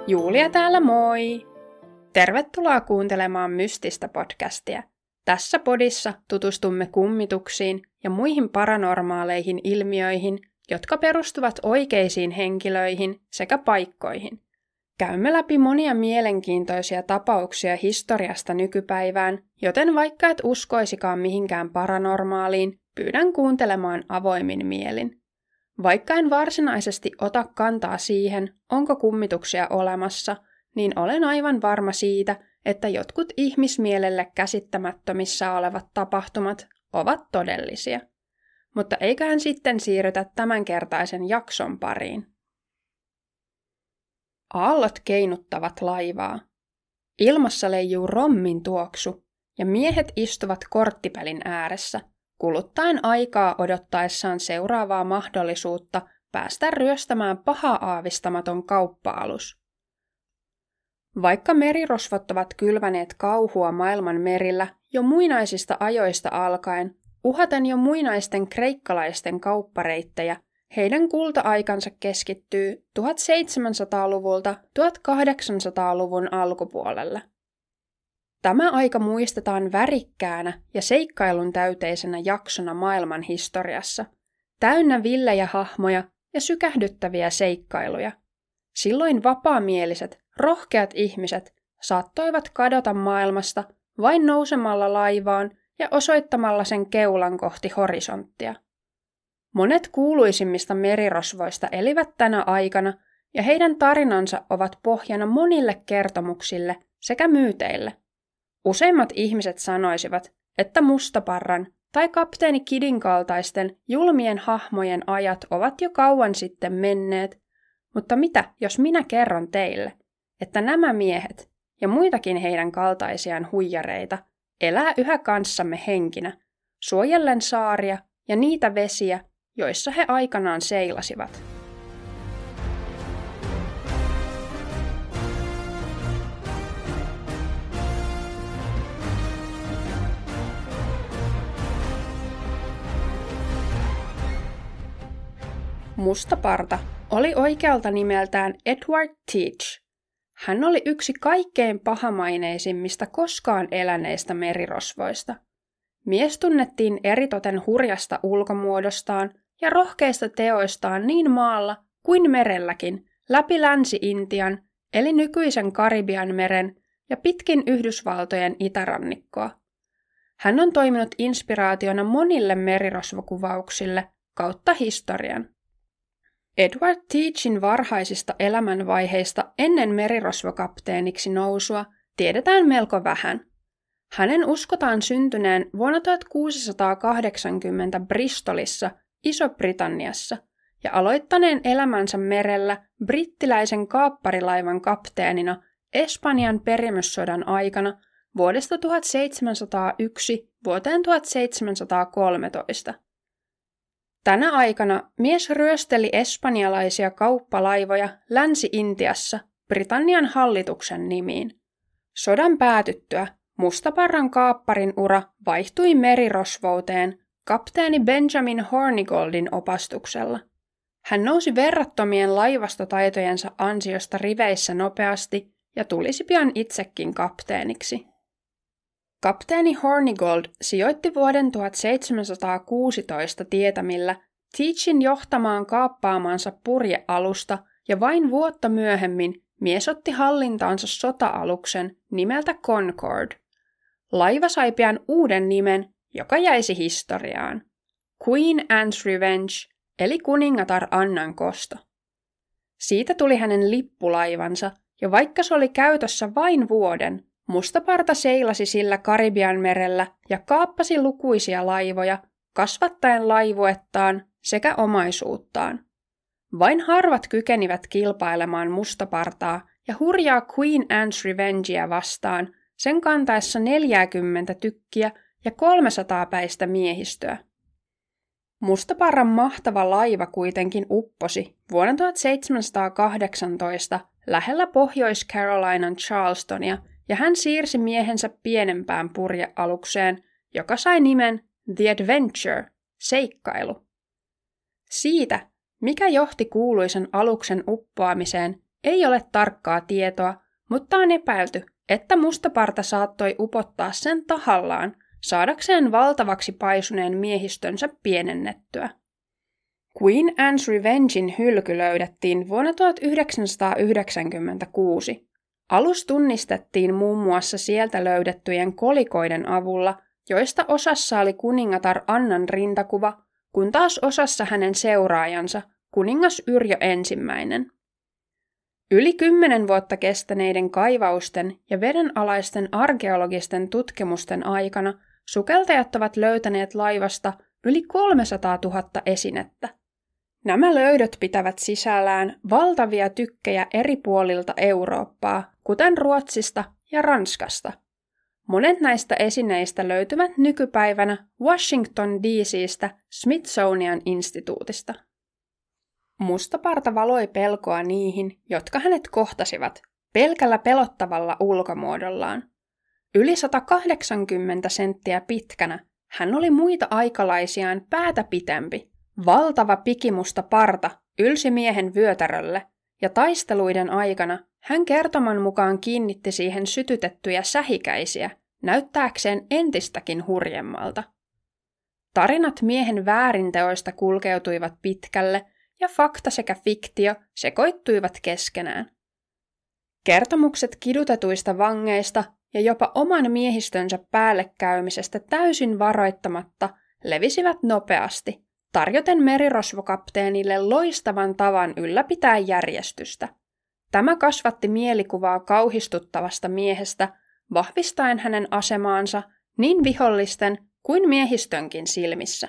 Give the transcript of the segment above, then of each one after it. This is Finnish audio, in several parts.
Julia täällä moi! Tervetuloa kuuntelemaan Mystistä podcastia. Tässä podissa tutustumme kummituksiin ja muihin paranormaaleihin ilmiöihin, jotka perustuvat oikeisiin henkilöihin sekä paikkoihin. Käymme läpi monia mielenkiintoisia tapauksia historiasta nykypäivään, joten vaikka et uskoisikaan mihinkään paranormaaliin, pyydän kuuntelemaan avoimin mielin. Vaikka en varsinaisesti ota kantaa siihen, onko kummituksia olemassa, niin olen aivan varma siitä, että jotkut ihmismielelle käsittämättömissä olevat tapahtumat ovat todellisia. Mutta eiköhän sitten siirrytä tämänkertaisen jakson pariin. Aallot keinuttavat laivaa. Ilmassa leijuu rommin tuoksu, ja miehet istuvat korttipelin ääressä, kuluttaen aikaa odottaessaan seuraavaa mahdollisuutta päästä ryöstämään pahaa aavistamaton kauppa-alus. Vaikka merirosvot ovat kylväneet kauhua maailman merillä jo muinaisista ajoista alkaen, uhaten jo muinaisten kreikkalaisten kauppareittejä, heidän kulta-aikansa keskittyy 1700-luvulta 1800-luvun alkupuolelle. Tämä aika muistetaan värikkäänä ja seikkailun täyteisenä jaksona maailman historiassa, täynnä villejä hahmoja ja sykähdyttäviä seikkailuja. Silloin vapaamieliset, rohkeat ihmiset saattoivat kadota maailmasta vain nousemalla laivaan ja osoittamalla sen keulan kohti horisonttia. Monet kuuluisimmista merirosvoista elivät tänä aikana, ja heidän tarinansa ovat pohjana monille kertomuksille sekä myyteille. Useimmat ihmiset sanoisivat, että Mustaparran tai kapteeni Kidin kaltaisten julmien hahmojen ajat ovat jo kauan sitten menneet, mutta mitä jos minä kerron teille, että nämä miehet ja muitakin heidän kaltaisiaan huijareita elää yhä kanssamme henkinä, suojellen saaria ja niitä vesiä, joissa he aikanaan seilasivat. Mustaparta oli oikealta nimeltään Edward Teach. Hän oli yksi kaikkein pahamaineisimmista koskaan eläneistä merirosvoista. Mies tunnettiin eritoten hurjasta ulkomuodostaan ja rohkeista teoistaan niin maalla kuin merelläkin, läpi Länsi-Intian, eli nykyisen Karibianmeren ja pitkin Yhdysvaltojen itärannikkoa. Hän on toiminut inspiraationa monille merirosvokuvauksille kautta historian. Edward Teachin varhaisista elämänvaiheista ennen merirosvokapteeniksi nousua tiedetään melko vähän. Hänen uskotaan syntyneen vuonna 1680 Bristolissa, Iso-Britanniassa, ja aloittaneen elämänsä merellä brittiläisen kaapparilaivan kapteenina Espanjan perimyssodan aikana vuodesta 1701 vuoteen 1713. Tänä aikana mies ryösteli espanjalaisia kauppalaivoja Länsi-Intiassa Britannian hallituksen nimiin. Sodan päätyttyä Mustaparran kaapparin ura vaihtui merirosvouteen kapteeni Benjamin Hornigoldin opastuksella. Hän nousi verrattomien laivastotaitojensa ansiosta riveissä nopeasti ja tulisi pian itsekin kapteeniksi. Kapteeni Hornigold sijoitti vuoden 1716 tietämillä Teachin johtamaan kaappaamansa purjealusta ja vain vuotta myöhemmin mies otti hallintaansa sota-aluksen nimeltä Concord. Laiva sai pian uuden nimen, joka jäisi historiaan. Queen Anne's Revenge, eli kuningatar Annan kosto. Siitä tuli hänen lippulaivansa, ja vaikka se oli käytössä vain vuoden, Mustaparta seilasi sillä Karibianmerellä ja kaappasi lukuisia laivoja, kasvattaen laivuettaan sekä omaisuuttaan. Vain harvat kykenivät kilpailemaan Mustapartaa ja hurjaa Queen Anne's Revengea vastaan, sen kantaessa 40 tykkiä ja 300 päistä miehistöä. Mustaparran mahtava laiva kuitenkin upposi vuonna 1718 lähellä Pohjois-Carolinan Charlestonia, ja hän siirsi miehensä pienempään purjealukseen, joka sai nimen The Adventure, seikkailu. Siitä, mikä johti kuuluisen aluksen uppoamiseen, ei ole tarkkaa tietoa, mutta on epäilty, että mustaparta saattoi upottaa sen tahallaan saadakseen valtavaksi paisuneen miehistönsä pienennettyä. Queen Anne's Revengein hylky löydettiin vuonna 1996. Alus tunnistettiin muun muassa sieltä löydettyjen kolikoiden avulla, joista osassa oli kuningatar Annan rintakuva, kun taas osassa hänen seuraajansa, kuningas Yrjö I. Yli 10 vuotta kestäneiden kaivausten ja vedenalaisten arkeologisten tutkimusten aikana sukeltajat ovat löytäneet laivasta yli 300 000 esinettä. Nämä löydöt pitävät sisällään valtavia tykkejä eri puolilta Eurooppaa, kuten Ruotsista ja Ranskasta. Monet näistä esineistä löytyvät nykypäivänä Washington DC:stä Smithsonian-instituutista. Mustaparta valoi pelkoa niihin, jotka hänet kohtasivat, pelkällä pelottavalla ulkomuodollaan. Yli 180 senttiä pitkänä hän oli muita aikalaisiaan päätä pitempi. Valtava pikimusta parta ylsi miehen vyötärölle, ja taisteluiden aikana hän kertoman mukaan kiinnitti siihen sytytettyjä sähikäisiä, näyttääkseen entistäkin hurjemmalta. Tarinat miehen väärinteoista kulkeutuivat pitkälle, ja fakta sekä fiktio sekoittuivat keskenään. Kertomukset kidutetuista vangeista ja jopa oman miehistönsä päällekäymisestä täysin varoittamatta levisivät nopeasti, tarjoten merirosvokapteenille loistavan tavan ylläpitää järjestystä. Tämä kasvatti mielikuvaa kauhistuttavasta miehestä, vahvistaen hänen asemaansa niin vihollisten kuin miehistönkin silmissä.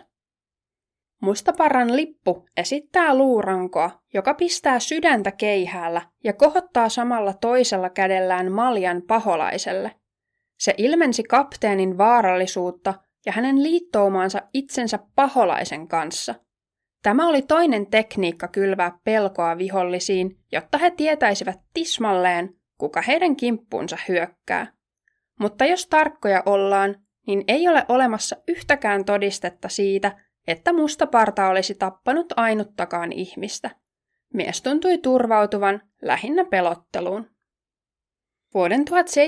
Mustaparran lippu esittää luurankoa, joka pistää sydäntä keihäällä ja kohottaa samalla toisella kädellään maljan paholaiselle. Se ilmensi kapteenin vaarallisuutta ja hänen liittoumaansa itsensä paholaisen kanssa. Tämä oli toinen tekniikka kylvää pelkoa vihollisiin, jotta he tietäisivät tismalleen, kuka heidän kimppuunsa hyökkää. Mutta jos tarkkoja ollaan, niin ei ole olemassa yhtäkään todistetta siitä, että mustaparta olisi tappanut ainuttakaan ihmistä. Mies tuntui turvautuvan lähinnä pelotteluun. Vuoden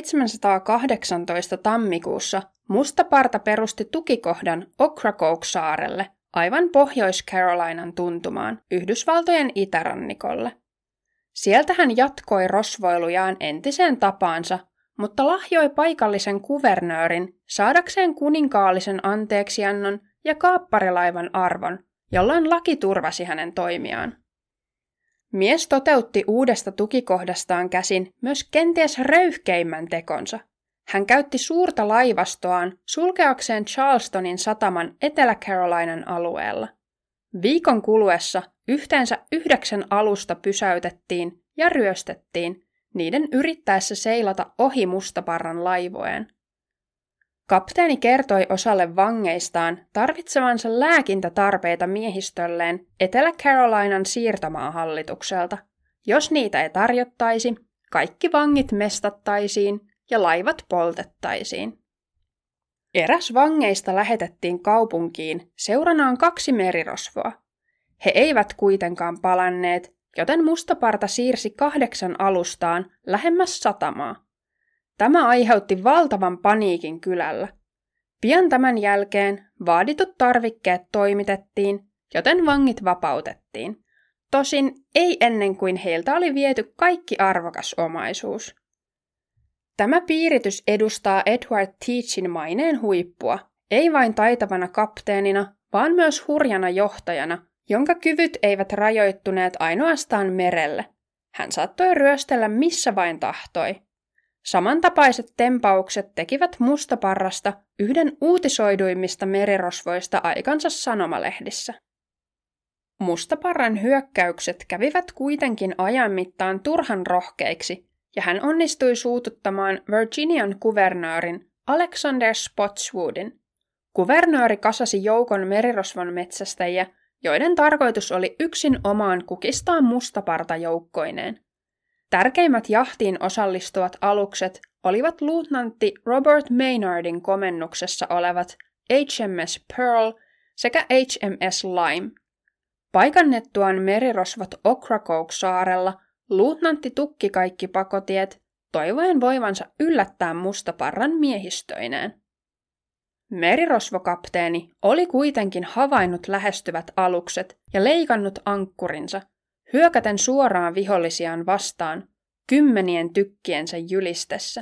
1718 tammikuussa mustaparta perusti tukikohdan Ocracoke-saarelle, aivan Pohjois-Carolinan tuntumaan, Yhdysvaltojen itärannikolle. Sieltä hän jatkoi rosvoilujaan entiseen tapaansa, mutta lahjoi paikallisen kuvernöörin saadakseen kuninkaallisen anteeksiannon ja kaapparilaivan arvon, jolloin laki turvasi hänen toimiaan. Mies toteutti uudesta tukikohdastaan käsin myös kenties röyhkeimmän tekonsa. Hän käytti suurta laivastoaan sulkeakseen Charlestonin sataman Etelä-Carolinan alueella. Viikon kuluessa yhteensä 9 alusta pysäytettiin ja ryöstettiin, niiden yrittäessä seilata ohi mustaparran laivojen. Kapteeni kertoi osalle vangeistaan tarvitsevansa lääkintätarpeita miehistölleen Etelä-Carolinan siirtomaahallitukselta. Jos niitä ei tarjottaisi, kaikki vangit mestattaisiin ja laivat poltettaisiin. Eräs vangeista lähetettiin kaupunkiin seuranaan 2 merirosvoa. He eivät kuitenkaan palanneet, joten mustaparta siirsi 8 alustaan lähemmäs satamaa. Tämä aiheutti valtavan paniikin kylällä. Pian tämän jälkeen vaaditut tarvikkeet toimitettiin, joten vangit vapautettiin. Tosin ei ennen kuin heiltä oli viety kaikki arvokas omaisuus. Tämä piiritys edustaa Edward Teachin maineen huippua, ei vain taitavana kapteenina, vaan myös hurjana johtajana, jonka kyvyt eivät rajoittuneet ainoastaan merelle. Hän saattoi ryöstellä missä vain tahtoi. Samantapaiset tempaukset tekivät mustaparrasta yhden uutisoiduimmista merirosvoista aikansa sanomalehdissä. Mustaparran hyökkäykset kävivät kuitenkin ajan mittaan turhan rohkeiksi, ja hän onnistui suututtamaan Virginian kuvernöörin Alexander Spotswoodin. Kuvernööri kasasi joukon merirosvon metsästäjiä, joiden tarkoitus oli yksin omaan kukistaa mustaparta joukkoineen. Tärkeimmät jahtiin osallistuvat alukset olivat luutnantti Robert Maynardin komennuksessa olevat HMS Pearl sekä HMS Lime. Paikannettuaan merirosvot Ocracoke-saarella Luutnantti tukki kaikki pakotiet, toivoen voivansa yllättää mustaparran miehistöineen. Merirosvokapteeni oli kuitenkin havainnut lähestyvät alukset ja leikannut ankkurinsa, hyökäten suoraan vihollisiaan vastaan, 10 tykkiensä jylistessä.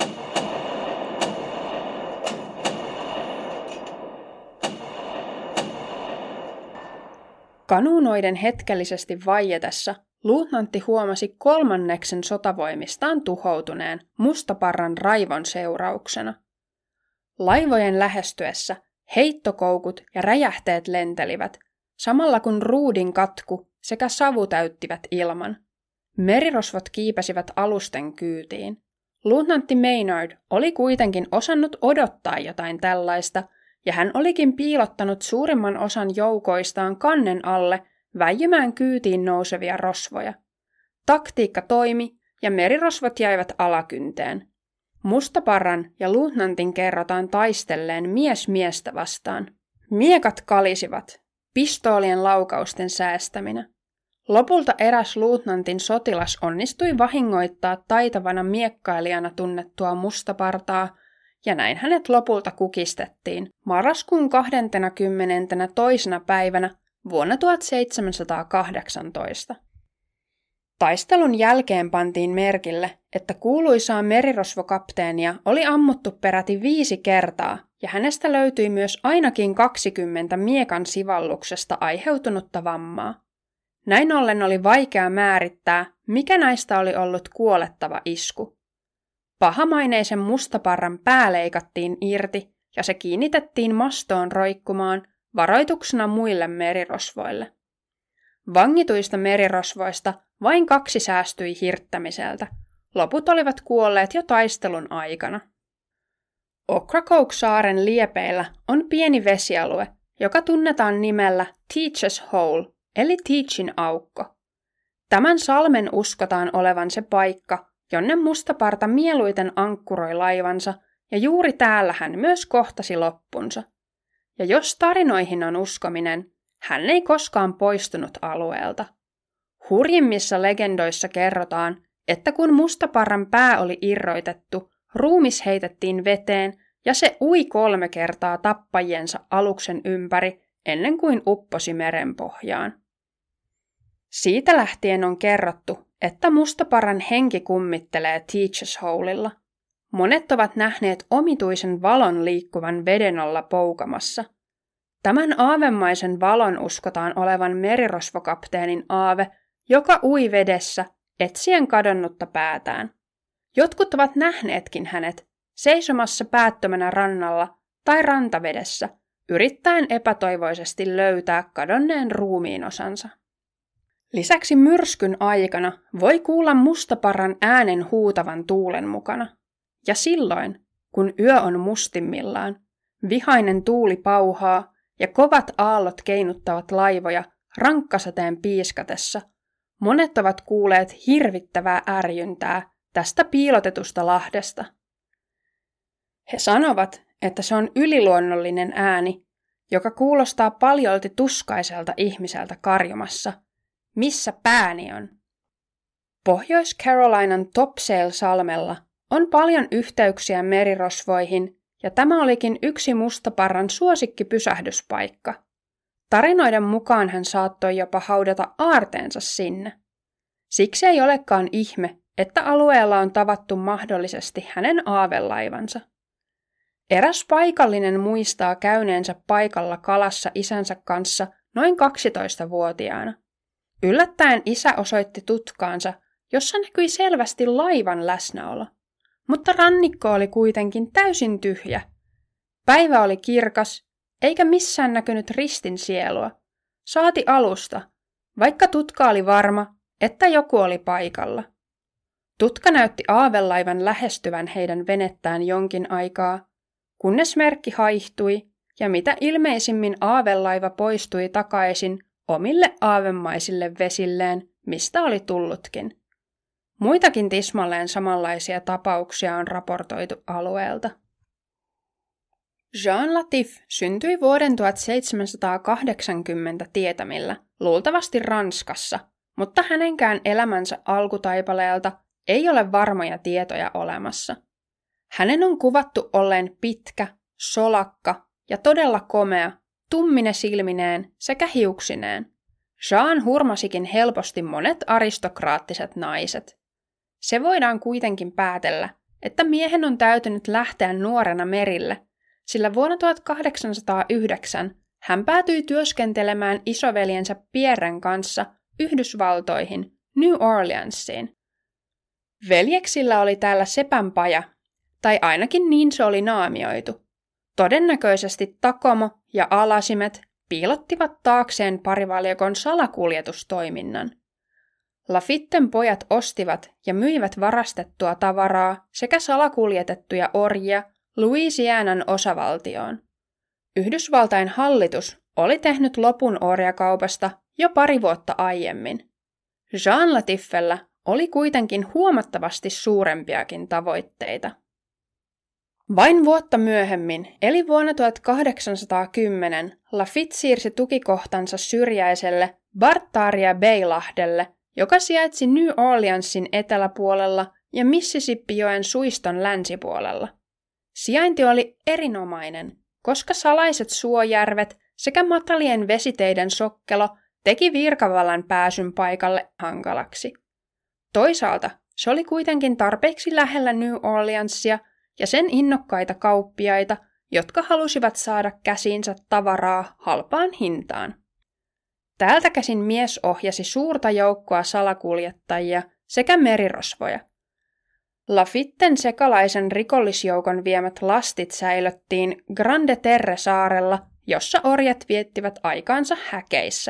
Kanuunoiden hetkellisesti vaietessa luutnantti huomasi 3 sotavoimistaan tuhoutuneen mustaparran raivon seurauksena. Laivojen lähestyessä heittokoukut ja räjähteet lentelivät, samalla kun ruudin katku sekä savu täyttivät ilman. Merirosvot kiipäsivät alusten kyytiin. Luutnantti Maynard oli kuitenkin osannut odottaa jotain tällaista, ja hän olikin piilottanut suurimman osan joukoistaan kannen alle väijymään kyytiin nousevia rosvoja. Taktiikka toimi, ja merirosvot jäivät alakynteen. Mustaparran ja luutnantin kerrotaan taistelleen mies miestä vastaan. Miekat kalisivat, pistoolien laukausten säästäminä. Lopulta eräs luutnantin sotilas onnistui vahingoittaa taitavana miekkailijana tunnettua mustapartaa, ja näin hänet lopulta kukistettiin marraskuun 22. päivänä vuonna 1718. Taistelun jälkeen pantiin merkille, että kuuluisaa merirosvokapteenia oli ammuttu peräti 5 kertaa, ja hänestä löytyi myös ainakin 20 miekan sivalluksesta aiheutunutta vammaa. Näin ollen oli vaikea määrittää, mikä näistä oli ollut kuolettava isku. Pahamaineisen mustaparran pää leikattiin irti ja se kiinnitettiin mastoon roikkumaan varoituksena muille merirosvoille. Vangituista merirosvoista vain 2 säästyi hirttämiseltä. Loput olivat kuolleet jo taistelun aikana. Ocracoke-saaren liepeillä on pieni vesialue, joka tunnetaan nimellä Teach's Hole, eli Teachin aukko. Tämän salmen uskotaan olevan se paikka, jonne mustaparta mieluiten ankkuroi laivansa, ja juuri täällä hän myös kohtasi loppunsa. Ja jos tarinoihin on uskominen, hän ei koskaan poistunut alueelta. Hurjimmissa legendoissa kerrotaan, että kun mustaparran pää oli irroitettu, ruumis heitettiin veteen ja se ui 3 kertaa tappajiensa aluksen ympäri ennen kuin upposi merenpohjaan. Siitä lähtien on kerrottu, että mustaparran henki kummittelee Teach's Holella. Monet ovat nähneet omituisen valon liikkuvan veden alla poukamassa. Tämän aavemaisen valon uskotaan olevan merirosvokapteenin aave, joka ui vedessä etsien kadonnutta päätään. Jotkut ovat nähneetkin hänet seisomassa päättömänä rannalla tai rantavedessä, yrittäen epätoivoisesti löytää kadonneen ruumiinosansa. Lisäksi myrskyn aikana voi kuulla mustaparran äänen huutavan tuulen mukana. Ja silloin, kun yö on mustimmillaan, vihainen tuuli pauhaa ja kovat aallot keinuttavat laivoja rankkasateen piiskatessa, monet ovat kuulleet hirvittävää ärjyntää tästä piilotetusta lahdesta. He sanovat, että se on yliluonnollinen ääni, joka kuulostaa paljolti tuskaiselta ihmiseltä karjumassa, missä pääni on. Pohjois-Carolinan Topsail-salmella on paljon yhteyksiä merirosvoihin, ja tämä olikin yksi mustaparran suosikkipysähdyspaikka. Tarinoiden mukaan hän saattoi jopa haudata aarteensa sinne. Siksi ei olekaan ihme, että alueella on tavattu mahdollisesti hänen aavelaivansa. Eräs paikallinen muistaa käyneensä paikalla kalassa isänsä kanssa noin 12-vuotiaana. Yllättäen isä osoitti tutkaansa, jossa näkyi selvästi laivan läsnäolo. Mutta rannikko oli kuitenkin täysin tyhjä. Päivä oli kirkas, eikä missään näkynyt ristin sielua. Saati alusta, vaikka tutka oli varma, että joku oli paikalla. Tutka näytti aavelaivan lähestyvän heidän venettään jonkin aikaa, kunnes merkki haihtui ja mitä ilmeisimmin aavelaiva poistui takaisin omille aavemaisille vesilleen, mistä oli tullutkin. Muitakin tismalleen samanlaisia tapauksia on raportoitu alueelta. Jean Latif syntyi vuoden 1780 tietämillä, luultavasti Ranskassa, mutta hänenkään elämänsä alkutaipaleelta ei ole varmoja tietoja olemassa. Hänen on kuvattu olleen pitkä, solakka ja todella komea, tummine silmineen sekä hiuksineen. Jean hurmasikin helposti monet aristokraattiset naiset. Se voidaan kuitenkin päätellä, että miehen on täytynyt lähteä nuorena merille, sillä vuonna 1809 hän päätyi työskentelemään isoveljensä Pierren kanssa Yhdysvaltoihin, New Orleansiin. Veljeksillä oli täällä sepänpaja, tai ainakin niin se oli naamioitu. Todennäköisesti Takomo ja Alasimet piilottivat taakseen parivaljakon salakuljetustoiminnan. Lafitten pojat ostivat ja myivät varastettua tavaraa sekä salakuljetettuja orjia Louisianan osavaltioon. Yhdysvaltain hallitus oli tehnyt lopun orjakaupasta jo 2 vuotta aiemmin. Jean Latiffellä oli kuitenkin huomattavasti suurempiakin tavoitteita. Vain vuotta myöhemmin, eli vuonna 1810, Lafitte siirsi tukikohtansa syrjäiselle Bartaria Bay-lahdelle, joka sijaitsi New Orleansin eteläpuolella ja Mississippijoen suiston länsipuolella. Sijainti oli erinomainen, koska salaiset suojärvet sekä matalien vesiteiden sokkelo teki virkavallan pääsyn paikalle hankalaksi. Toisaalta se oli kuitenkin tarpeeksi lähellä New Orleansia ja sen innokkaita kauppiaita, jotka halusivat saada käsiinsä tavaraa halpaan hintaan. Täältä käsin mies ohjasi suurta joukkoa salakuljettajia sekä merirosvoja. Lafitten sekalaisen rikollisjoukon viemät lastit säilöttiin Grande Terre-saarella, jossa orjat viettivät aikaansa häkeissä.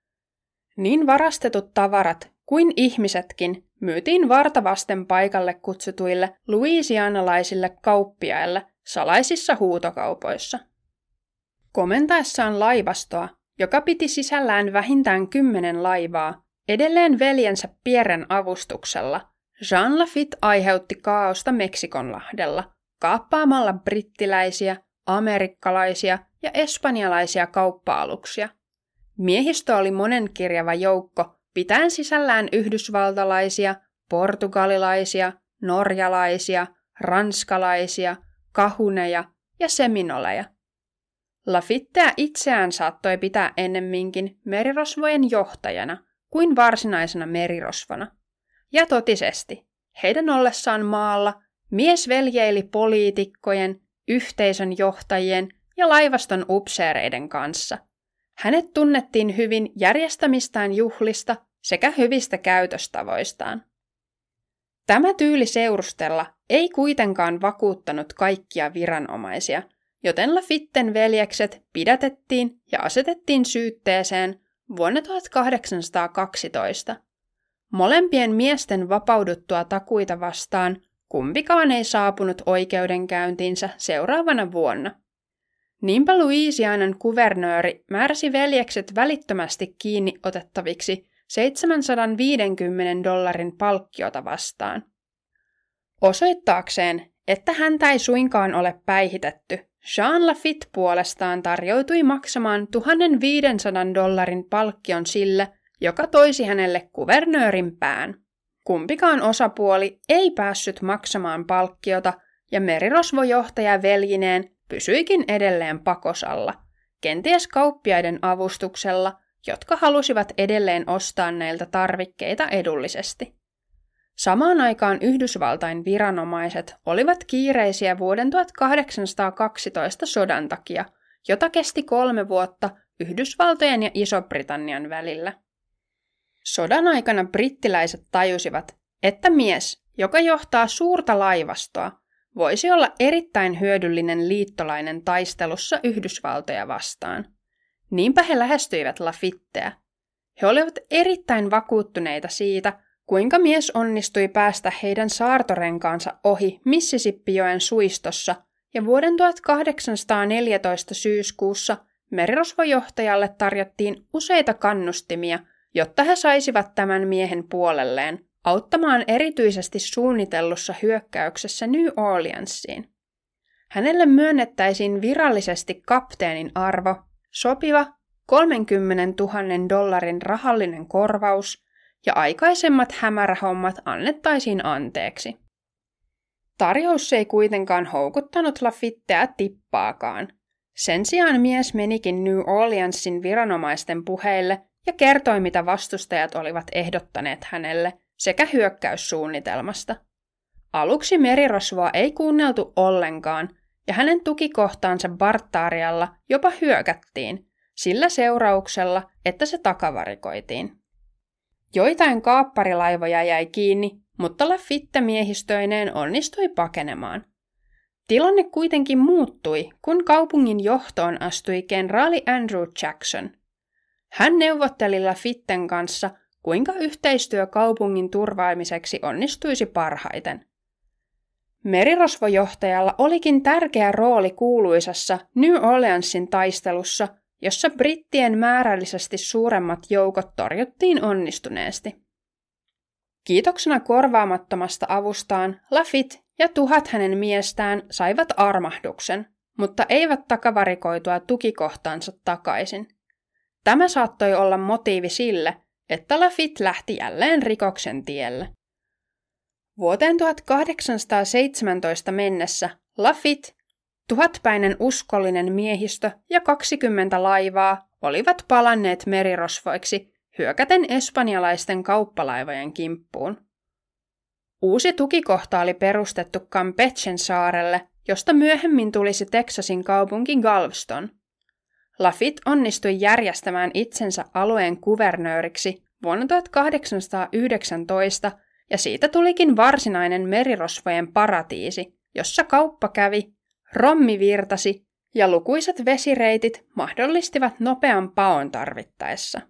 Niin varastetut tavarat kuin ihmisetkin myytiin vartavasten paikalle kutsutuille louisianalaisille kauppiaille salaisissa huutokaupoissa. Komentaessaan laivastoa, joka piti sisällään vähintään 10 laivaa, edelleen veljensä Pierren avustuksella, Jean Lafitte aiheutti kaaosta Meksikonlahdella, kaappaamalla brittiläisiä, amerikkalaisia ja espanjalaisia kauppa-aluksia. Miehistö oli monenkirjava joukko, pitäen sisällään yhdysvaltalaisia, portugalilaisia, norjalaisia, ranskalaisia, kahuneja ja seminoleja. Lafittea itseään saattoi pitää ennemminkin merirosvojen johtajana kuin varsinaisena merirosvona. Ja totisesti, heidän ollessaan maalla, mies veljeili poliitikkojen, yhteisön johtajien ja laivaston upseereiden kanssa. Hänet tunnettiin hyvin järjestämistään juhlista sekä hyvistä käytöstavoistaan. Tämä tyyli seurustella ei kuitenkaan vakuuttanut kaikkia viranomaisia, joten Lafitten veljekset pidätettiin ja asetettiin syytteeseen vuonna 1812. Molempien miesten vapauduttua takuita vastaan kumpikaan ei saapunut oikeudenkäyntiinsä seuraavana vuonna. Niinpä Louisianan kuvernööri määräsi veljekset välittömästi kiinni otettaviksi $750 palkkiota vastaan. Osoittaakseen, että häntä ei suinkaan ole päihitetty, Jean Lafitte puolestaan tarjoutui maksamaan $1,500 palkkion sille, joka toisi hänelle kuvernöörin pään. Kumpikaan osapuoli ei päässyt maksamaan palkkiota, ja merirosvojohtaja veljineen pysyikin edelleen pakosalla, kenties kauppiaiden avustuksella, jotka halusivat edelleen ostaa näiltä tarvikkeita edullisesti. Samaan aikaan Yhdysvaltain viranomaiset olivat kiireisiä vuoden 1812 sodan takia, jota kesti 3 vuotta Yhdysvaltojen ja Iso-Britannian välillä. Sodan aikana brittiläiset tajusivat, että mies, joka johtaa suurta laivastoa, voisi olla erittäin hyödyllinen liittolainen taistelussa Yhdysvaltoja vastaan. Niinpä he lähestyivät Lafitteä. He olivat erittäin vakuuttuneita siitä, kuinka mies onnistui päästä heidän saartorenkaansa ohi Mississippijoen suistossa, ja vuoden 1814 syyskuussa merirosvojohtajalle tarjottiin useita kannustimia, jotta he saisivat tämän miehen puolelleen, auttamaan erityisesti suunnitellussa hyökkäyksessä New Orleansiin. Hänelle myönnettäisiin virallisesti kapteenin arvo, sopiva $30,000 rahallinen korvaus ja aikaisemmat hämärähommat annettaisiin anteeksi. Tarjous ei kuitenkaan houkuttanut Lafittea tippaakaan. Sen sijaan mies menikin New Orleansin viranomaisten puheille ja kertoi, mitä vastustajat olivat ehdottaneet hänelle sekä hyökkäyssuunnitelmasta. Aluksi merirosvoa ei kuunneltu ollenkaan, ja hänen tukikohtaansa Bartarialla jopa hyökättiin, sillä seurauksella, että se takavarikoitiin. Joitain kaapparilaivoja jäi kiinni, mutta Lafitte miehistöineen onnistui pakenemaan. Tilanne kuitenkin muuttui, kun kaupungin johtoon astui kenraali Andrew Jackson. Hän neuvotteli Lafitten kanssa, kuinka yhteistyö kaupungin turvaamiseksi onnistuisi parhaiten. Merirosvojohtajalla olikin tärkeä rooli kuuluisassa New Orleansin taistelussa, jossa brittien määrällisesti suuremmat joukot torjuttiin onnistuneesti. Kiitoksena korvaamattomasta avustaan Lafitte ja 1000 hänen miestään saivat armahduksen, mutta eivät takavarikoitua tukikohtaansa takaisin. Tämä saattoi olla motiivi sille, että Lafitte lähti jälleen rikoksen tielle. Vuoteen 1817 mennessä Lafitte, 1000-päinen uskollinen miehistö ja 20 laivaa olivat palanneet merirosvoiksi hyökäten espanjalaisten kauppalaivojen kimppuun. Uusi tukikohta oli perustettu Campechen saarelle, josta myöhemmin tulisi Texasin kaupunki Galveston. Lafitte onnistui järjestämään itsensä alueen kuvernööriksi vuonna 1819, ja siitä tulikin varsinainen merirosvojen paratiisi, jossa kauppa kävi, rommi virtasi ja lukuisat vesireitit mahdollistivat nopean paon tarvittaessa.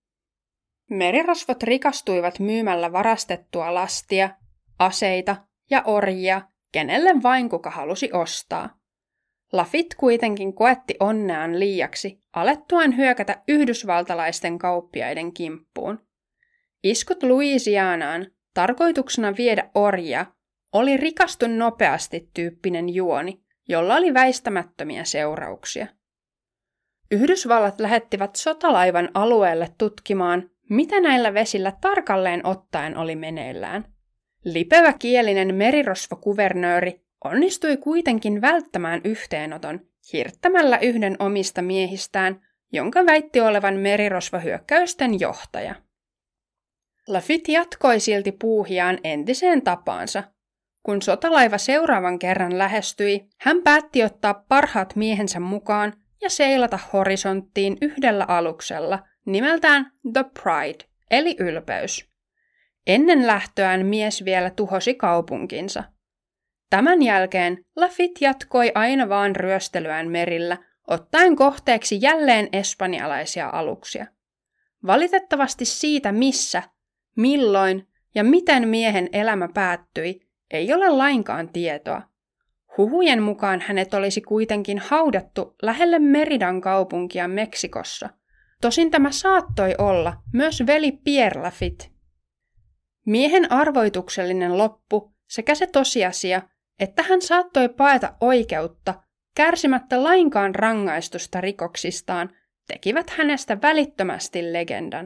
Merirosvot rikastuivat myymällä varastettua lastia, aseita ja orjia, kenelle vain kuka halusi ostaa. Lafitte kuitenkin koetti onneaan liiaksi alettuaan hyökätä yhdysvaltalaisten kauppiaiden kimppuun. Iskut Louisianaan, tarkoituksena viedä orjia, oli rikastu nopeasti -tyyppinen juoni, jolla oli väistämättömiä seurauksia. Yhdysvallat lähettivät sotalaivan alueelle tutkimaan, mitä näillä vesillä tarkalleen ottaen oli meneillään. Lipeväkielinen merirosvokuvernööri onnistui kuitenkin välttämään yhteenoton hirttämällä yhden omista miehistään, jonka väitti olevan merirosvohyökkäysten johtaja. Lafitte jatkoi silti puuhiaan entiseen tapaansa. Kun sotalaiva seuraavan kerran lähestyi, hän päätti ottaa parhaat miehensä mukaan ja seilata horisonttiin yhdellä aluksella nimeltään The Pride, eli ylpeys. Ennen lähtöään mies vielä tuhosi kaupunkinsa. Tämän jälkeen Lafitte jatkoi aina vaan ryöstelyään merillä, ottaen kohteeksi jälleen espanjalaisia aluksia. Valitettavasti siitä missä, milloin ja miten miehen elämä päättyi, ei ole lainkaan tietoa. Huhujen mukaan hänet olisi kuitenkin haudattu lähelle Meridan kaupunkia Meksikossa. Tosin tämä saattoi olla myös veli Pierre Lafitte. Miehen arvoituksellinen loppu sekä se tosiasia, että hän saattoi paeta oikeutta kärsimättä lainkaan rangaistusta rikoksistaan, tekivät hänestä välittömästi legendan.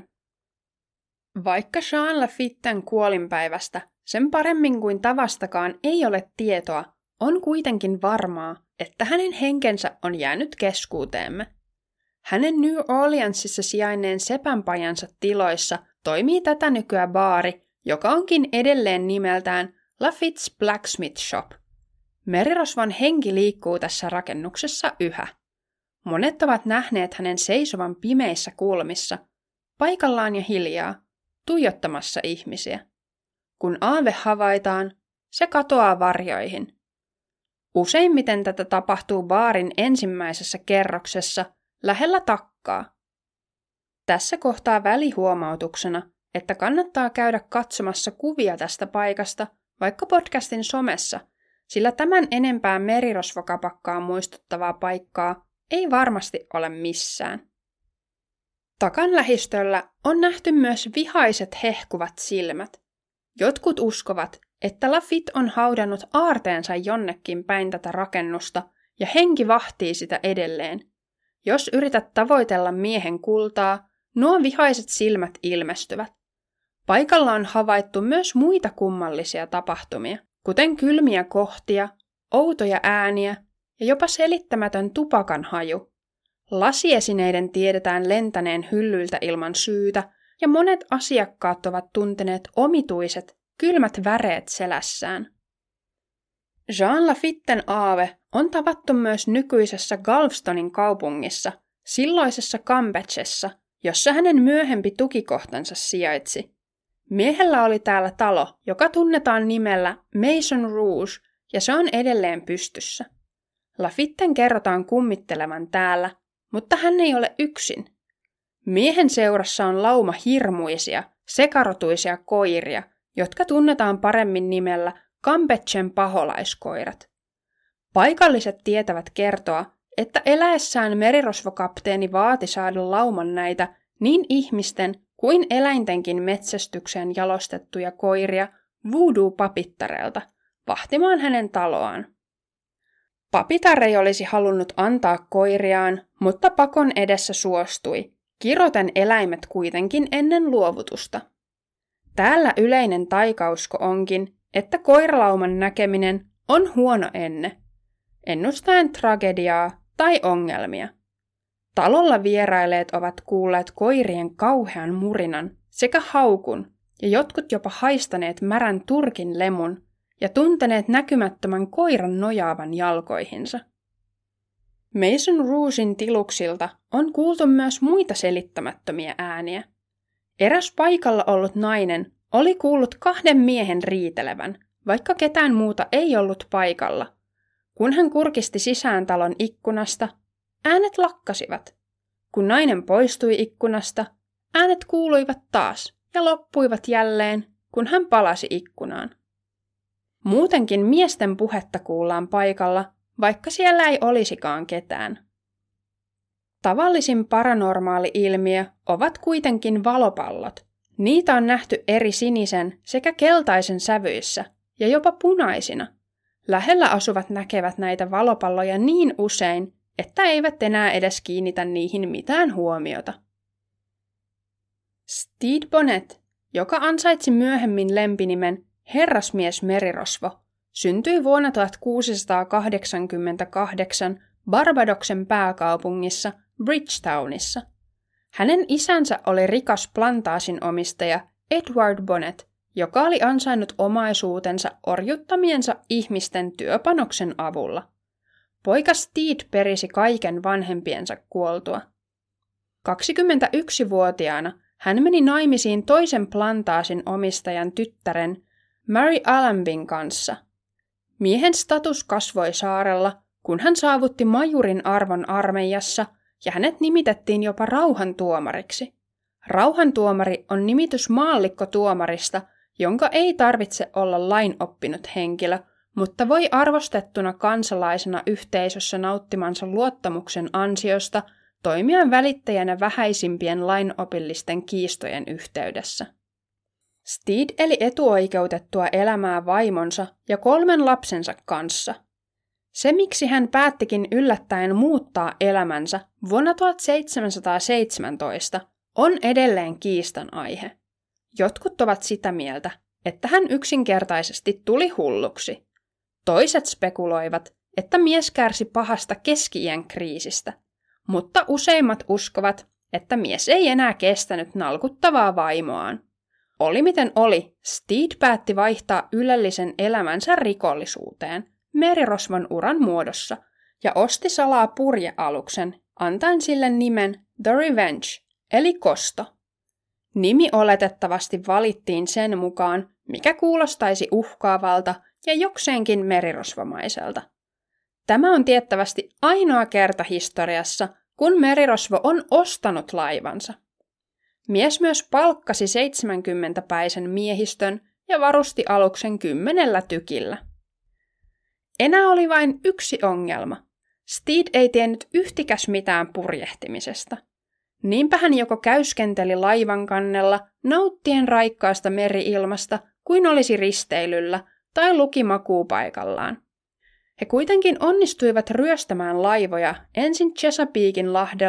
Vaikka Jean Lafitten kuolinpäivästä sen paremmin kuin tavastakaan ei ole tietoa, on kuitenkin varmaa, että hänen henkensä on jäänyt keskuuteemme. Hänen New Orleansissa sijainneen sepänpajansa tiloissa toimii tätä nykyään baari, joka onkin edelleen nimeltään Lafitte's Blacksmith Shop. Merirosvon henki liikkuu tässä rakennuksessa yhä. Monet ovat nähneet hänen seisovan pimeissä kulmissa, paikallaan ja hiljaa, tuijottamassa ihmisiä. Kun aave havaitaan, se katoaa varjoihin. Useimmiten tätä tapahtuu baarin ensimmäisessä kerroksessa, lähellä takkaa. Tässä kohtaa välihuomautuksena, että kannattaa käydä katsomassa kuvia tästä paikasta vaikka podcastin somessa, sillä tämän enempää merirosvokapakkaa muistuttavaa paikkaa ei varmasti ole missään. Takan lähistöllä on nähty myös vihaiset hehkuvat silmät. Jotkut uskovat, että Lafitte on haudannut aarteensa jonnekin päin tätä rakennusta ja henki vahtii sitä edelleen. Jos yrität tavoitella miehen kultaa, nuo vihaiset silmät ilmestyvät. Paikalla on havaittu myös muita kummallisia tapahtumia, kuten kylmiä kohtia, outoja ääniä ja jopa selittämätön tupakan haju. Lasiesineiden tiedetään lentäneen hyllyiltä ilman syytä, ja monet asiakkaat ovat tunteneet omituiset, kylmät väreet selässään. Jean Lafitten aave on tavattu myös nykyisessä Galvestonin kaupungissa, silloisessa Cambridgessa, jossa hänen myöhempi tukikohtansa sijaitsi. Miehellä oli täällä talo, joka tunnetaan nimellä Maison Rouge, ja se on edelleen pystyssä. Lafitten kerrotaan kummittelevan täällä, mutta hän ei ole yksin. Miehen seurassa on lauma hirmuisia, sekarotuisia koiria, jotka tunnetaan paremmin nimellä Cambridgen paholaiskoirat. Paikalliset tietävät kertoa, että eläessään merirosvokapteeni vaati saada lauman näitä niin ihmisten kuin eläintenkin metsästykseen jalostettuja koiria voodoo-papittareilta vahtimaan hänen taloaan. Papitar ei olisi halunnut antaa koiriaan, mutta pakon edessä suostui, kiroten eläimet kuitenkin ennen luovutusta. Täällä yleinen taikausko onkin, että koiralauman näkeminen on huono ennustaen tragediaa tai ongelmia. Talolla vierailleet ovat kuulleet koirien kauhean murinan sekä haukun ja jotkut jopa haistaneet märän turkin lemun ja tunteneet näkymättömän koiran nojaavan jalkoihinsa. Maison Rougen tiluksilta on kuultu myös muita selittämättömiä ääniä. Eräs paikalla ollut nainen oli kuullut 2 miehen riitelevän, vaikka ketään muuta ei ollut paikalla. Kun hän kurkisti sisään talon ikkunasta, äänet lakkasivat. Kun nainen poistui ikkunasta, äänet kuuluivat taas ja loppuivat jälleen, kun hän palasi ikkunaan. Muutenkin miesten puhetta kuullaan paikalla, vaikka siellä ei olisikaan ketään. Tavallisin paranormaali ilmiö ovat kuitenkin valopallot. Niitä on nähty eri sinisen sekä keltaisen sävyissä ja jopa punaisina. Lähellä asuvat näkevät näitä valopalloja niin usein, että eivät enää edes kiinnitä niihin mitään huomiota. Stede Bonnet, joka ansaitsi myöhemmin lempinimen Herrasmies merirosvo, syntyi vuonna 1688 Barbadoksen pääkaupungissa Bridgetownissa. Hänen isänsä oli rikas plantaasin omistaja Edward Bonnet, joka oli ansainnut omaisuutensa orjuttamiensa ihmisten työpanoksen avulla. Poika Stede perisi kaiken vanhempiensa kuoltua. 21-vuotiaana hän meni naimisiin toisen plantaasin omistajan tyttären Mary Allenbyn kanssa. Miehen status kasvoi saarella, kun hän saavutti majurin arvon armeijassa ja hänet nimitettiin jopa rauhantuomariksi. Rauhantuomari on nimitys maallikkotuomarista, jonka ei tarvitse olla lainoppinut henkilö, mutta voi arvostettuna kansalaisena yhteisössä nauttimansa luottamuksen ansiosta toimia välittäjänä vähäisimpien lainopillisten kiistojen yhteydessä. Stede eli etuoikeutettua elämää vaimonsa ja 3 lapsensa kanssa. Se, miksi hän päättikin yllättäen muuttaa elämänsä vuonna 1717, on edelleen kiistan aihe. Jotkut ovat sitä mieltä, että hän yksinkertaisesti tuli hulluksi. Toiset spekuloivat, että mies kärsi pahasta keski-iän kriisistä, mutta useimmat uskovat, että mies ei enää kestänyt nalkuttavaa vaimoaan. Oli miten oli, Stede päätti vaihtaa ylellisen elämänsä rikollisuuteen merirosvon uran muodossa ja osti salaa purjealuksen, antaen sille nimen The Revenge, eli kosto. Nimi oletettavasti valittiin sen mukaan, mikä kuulostaisi uhkaavalta ja jokseenkin merirosvomaiselta. Tämä on tiettävästi ainoa kerta historiassa, kun merirosvo on ostanut laivansa. Mies myös palkkasi 70-päisen miehistön ja varusti aluksen 10 tykillä. Enää oli vain yksi ongelma. Stede ei tiennyt yhtikäs mitään purjehtimisesta. Niinpä hän joko käyskenteli laivan kannella nauttien raikkaasta meri-ilmasta kuin olisi risteilyllä tai luki makuupaikallaan. He kuitenkin onnistuivat ryöstämään laivoja ensin Chesapeaken lahdella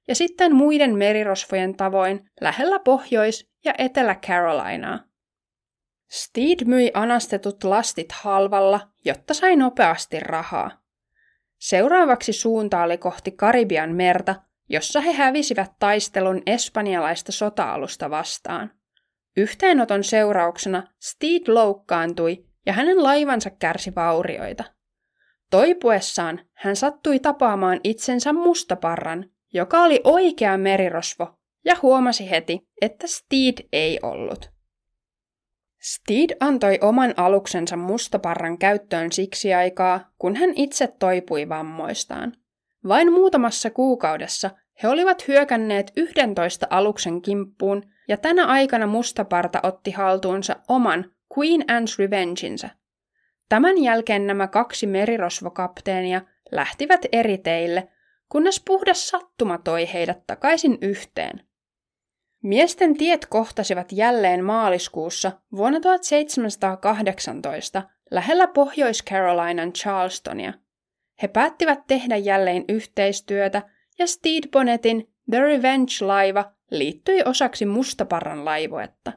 ja sitten muiden merirosvojen tavoin lähellä Pohjois- ja Etelä-Carolinaa. Steed myi anastetut lastit halvalla, jotta sai nopeasti rahaa. Seuraavaksi suunta oli kohti Karibian merta, jossa he hävisivät taistelun espanjalaista sota-alusta vastaan. Yhteenoton seurauksena Steed loukkaantui ja hänen laivansa kärsi vaurioita. Toipuessaan hän sattui tapaamaan itsensä mustaparran, joka oli oikea merirosvo, ja huomasi heti, että Steed ei ollut. Steed antoi oman aluksensa mustaparran käyttöön siksi aikaa, kun hän itse toipui vammoistaan. Vain muutamassa kuukaudessa he olivat hyökänneet 11 aluksen kimppuun, ja tänä aikana mustaparta otti haltuunsa oman Queen Anne's Revengeensä. Tämän jälkeen nämä 2 merirosvokapteenia lähtivät eri teille, kunnes puhdas sattuma toi heidät takaisin yhteen. Miesten tiet kohtasivat jälleen maaliskuussa vuonna 1718 lähellä Pohjois-Carolinan Charlestonia. He päättivät tehdä jälleen yhteistyötä ja Steed Bonnettin The Revenge-laiva liittyi osaksi mustaparran laivuetta.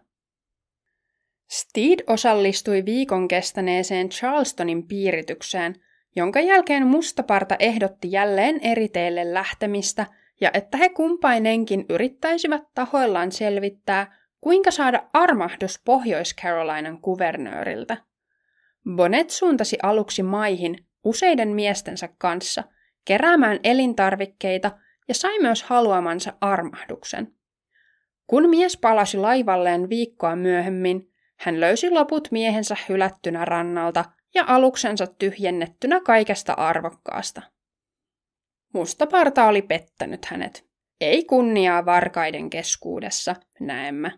Steed osallistui viikon kestäneeseen Charlestonin piiritykseen, jonka jälkeen mustaparta ehdotti jälleen eri teille lähtemistä ja että he kumpainenkin yrittäisivät tahoillaan selvittää, kuinka saada armahdus Pohjois-Carolinan kuvernööriltä. Bonnet suuntasi aluksi maihin useiden miestensä kanssa keräämään elintarvikkeita ja sai myös haluamansa armahduksen. Kun mies palasi laivalleen viikkoa myöhemmin, hän löysi loput miehensä hylättynä rannalta ja aluksensa tyhjennettynä kaikesta arvokkaasta. Mustaparta oli pettänyt hänet. Ei kunniaa varkaiden keskuudessa, näemmä.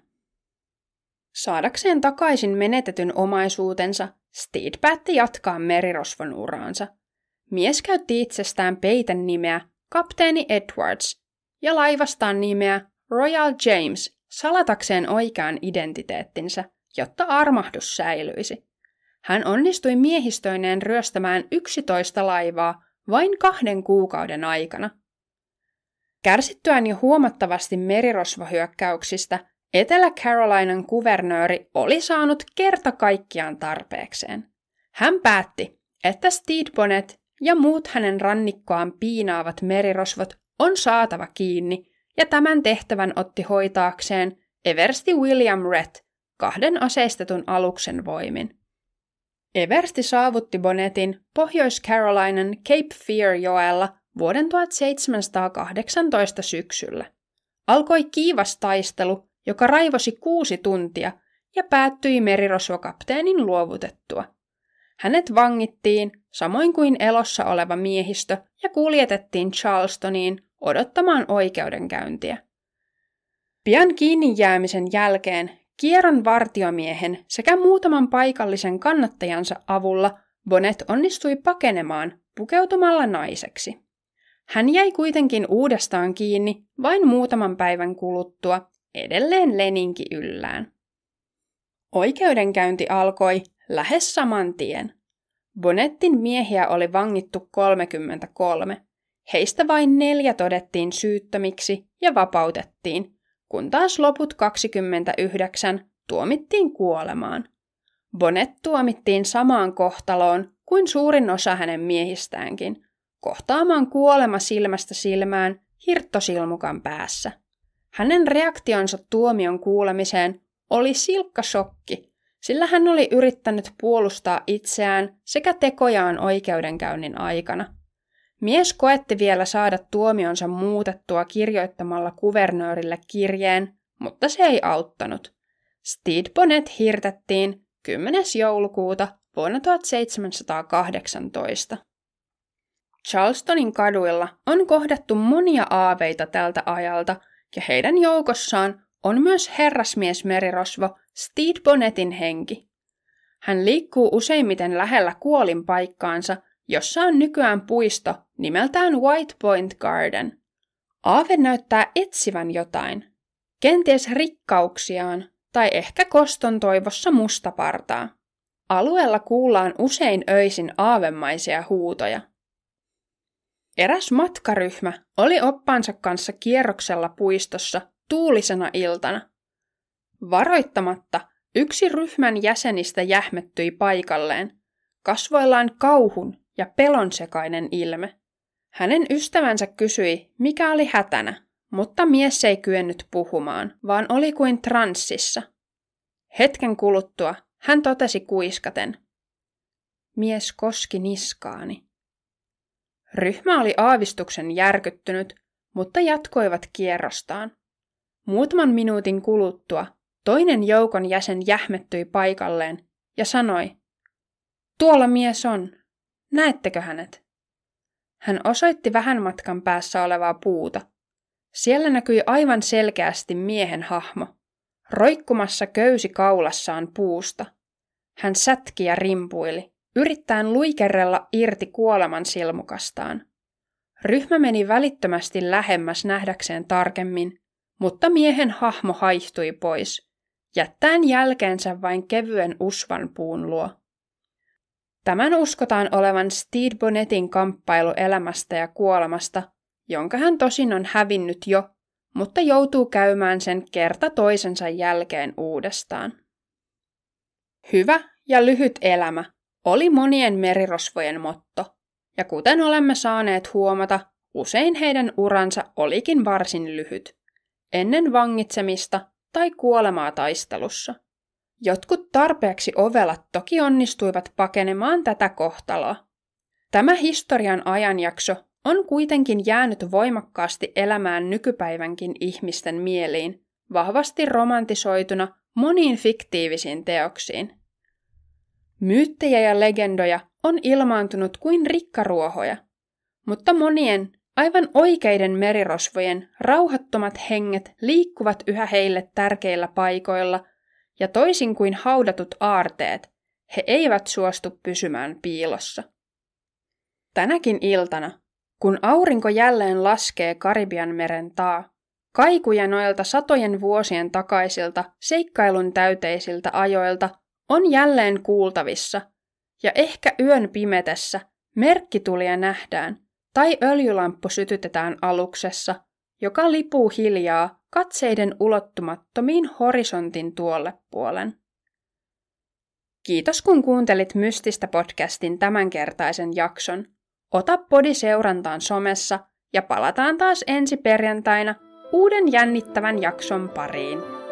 Saadakseen takaisin menetetyn omaisuutensa, Steed päätti jatkaa merirosvon uraansa. Mies käytti itsestään peiten nimeä kapteeni Edwards ja laivastaan nimeä Royal James salatakseen oikean identiteettinsä, jotta armahdus säilyisi. Hän onnistui miehistöineen ryöstämään 11 laivaa vain 2 kuukauden aikana. Kärsittyään jo huomattavasti merirosvohyökkäyksistä, Etelä-Carolinan kuvernööri oli saanut kerta kaikkiaan tarpeekseen. Hän päätti, että Steed Bonnet ja muut hänen rannikkoaan piinaavat merirosvot on saatava kiinni, ja tämän tehtävän otti hoitaakseen eversti William Rhett 2 aseistetun aluksen voimin. Eversti saavutti Bonnettin Pohjois-Carolinan Cape Fear-joella vuoden 1718 syksyllä. Alkoi kiivas taistelu, joka raivosi 6 tuntia ja päättyi merirosvokapteenin luovutettua. Hänet vangittiin, samoin kuin elossa oleva miehistö, ja kuljetettiin Charlestoniin odottamaan oikeudenkäyntiä. Pian kiinni jäämisen jälkeen Kieron vartiomiehen sekä muutaman paikallisen kannattajansa avulla Bonnet onnistui pakenemaan pukeutumalla naiseksi. Hän jäi kuitenkin uudestaan kiinni vain muutaman päivän kuluttua, edelleen leninki yllään. Oikeudenkäynti alkoi lähes saman tien. Bonnettin miehiä oli vangittu 33. Heistä vain 4 todettiin syyttömiksi ja vapautettiin, kun taas loput 29 tuomittiin kuolemaan. Bonnet tuomittiin samaan kohtaloon kuin suurin osa hänen miehistäänkin, kohtaamaan kuolema silmästä silmään hirttosilmukan päässä. Hänen reaktionsa tuomion kuulemiseen oli silkka shokki, sillä hän oli yrittänyt puolustaa itseään sekä tekojaan oikeudenkäynnin aikana. Mies koetti vielä saada tuomionsa muutettua kirjoittamalla kuvernöörille kirjeen, mutta se ei auttanut. Steed Bonnet hirtettiin 10. joulukuuta vuonna 1718. Charlestonin kaduilla on kohdattu monia aaveita tältä ajalta, ja heidän joukossaan on myös herrasmies-merirosvo Steed Bonnettin henki. Hän liikkuu useimmiten lähellä kuolinpaikkaansa, jossa on nykyään puisto nimeltään White Point Garden. Aave näyttää etsivän jotain, kenties rikkauksiaan tai ehkä koston toivossa mustapartaa. Alueella kuullaan usein öisin aavemaisia huutoja. Eräs matkaryhmä oli oppaansa kanssa kierroksella puistossa tuulisena iltana. Varoittamatta yksi ryhmän jäsenistä jähmettyi paikalleen, kasvoillaan kauhun ja pelonsekainen ilme. Hänen ystävänsä kysyi, mikä oli hätänä, mutta mies ei kyennyt puhumaan, vaan oli kuin transsissa. Hetken kuluttua hän totesi kuiskaten, mies koski niskaani. Ryhmä oli aavistuksen järkyttynyt, mutta jatkoivat kierrostaan. Muutaman minuutin kuluttua toinen joukon jäsen jähmettyi paikalleen ja sanoi, tuolla mies on, näettekö hänet? Hän osoitti vähän matkan päässä olevaa puuta. Siellä näkyi aivan selkeästi miehen hahmo, roikkumassa köysi kaulassaan puusta. Hän sätki ja rimpuili, yrittäen luikerrella irti kuoleman silmukastaan. Ryhmä meni välittömästi lähemmäs nähdäkseen tarkemmin, mutta miehen hahmo haihtui pois, jättäen jälkeensä vain kevyen usvan puun luo. Tämän uskotaan olevan Stede Bonnettin kamppailu elämästä ja kuolemasta, jonka hän tosin on hävinnyt jo, mutta joutuu käymään sen kerta toisensa jälkeen uudestaan. Hyvä ja lyhyt elämä oli monien merirosvojen motto, ja kuten olemme saaneet huomata, usein heidän uransa olikin varsin lyhyt, ennen vangitsemista tai kuolemaa taistelussa. Jotkut tarpeeksi ovelat toki onnistuivat pakenemaan tätä kohtaloa. Tämä historian ajanjakso on kuitenkin jäänyt voimakkaasti elämään nykypäivänkin ihmisten mieliin, vahvasti romantisoituna moniin fiktiivisiin teoksiin. Myyttejä ja legendoja on ilmaantunut kuin rikkaruohoja, mutta monien, aivan oikeiden merirosvojen rauhattomat henget liikkuvat yhä heille tärkeillä paikoilla, ja toisin kuin haudatut aarteet, he eivät suostu pysymään piilossa. Tänäkin iltana, kun aurinko jälleen laskee Karibianmeren taa, kaikuja noilta satojen vuosien takaisilta seikkailun täyteisiltä ajoilta on jälleen kuultavissa, ja ehkä yön pimetessä merkkitulia nähdään tai öljylamppu sytytetään aluksessa, joka lipuu hiljaa katseiden ulottumattomiin horisontin tuolle puolen. Kiitos kun kuuntelit Mystistä podcastin tämänkertaisen jakson. Ota podi seurantaan somessa ja palataan taas ensi perjantaina uuden jännittävän jakson pariin.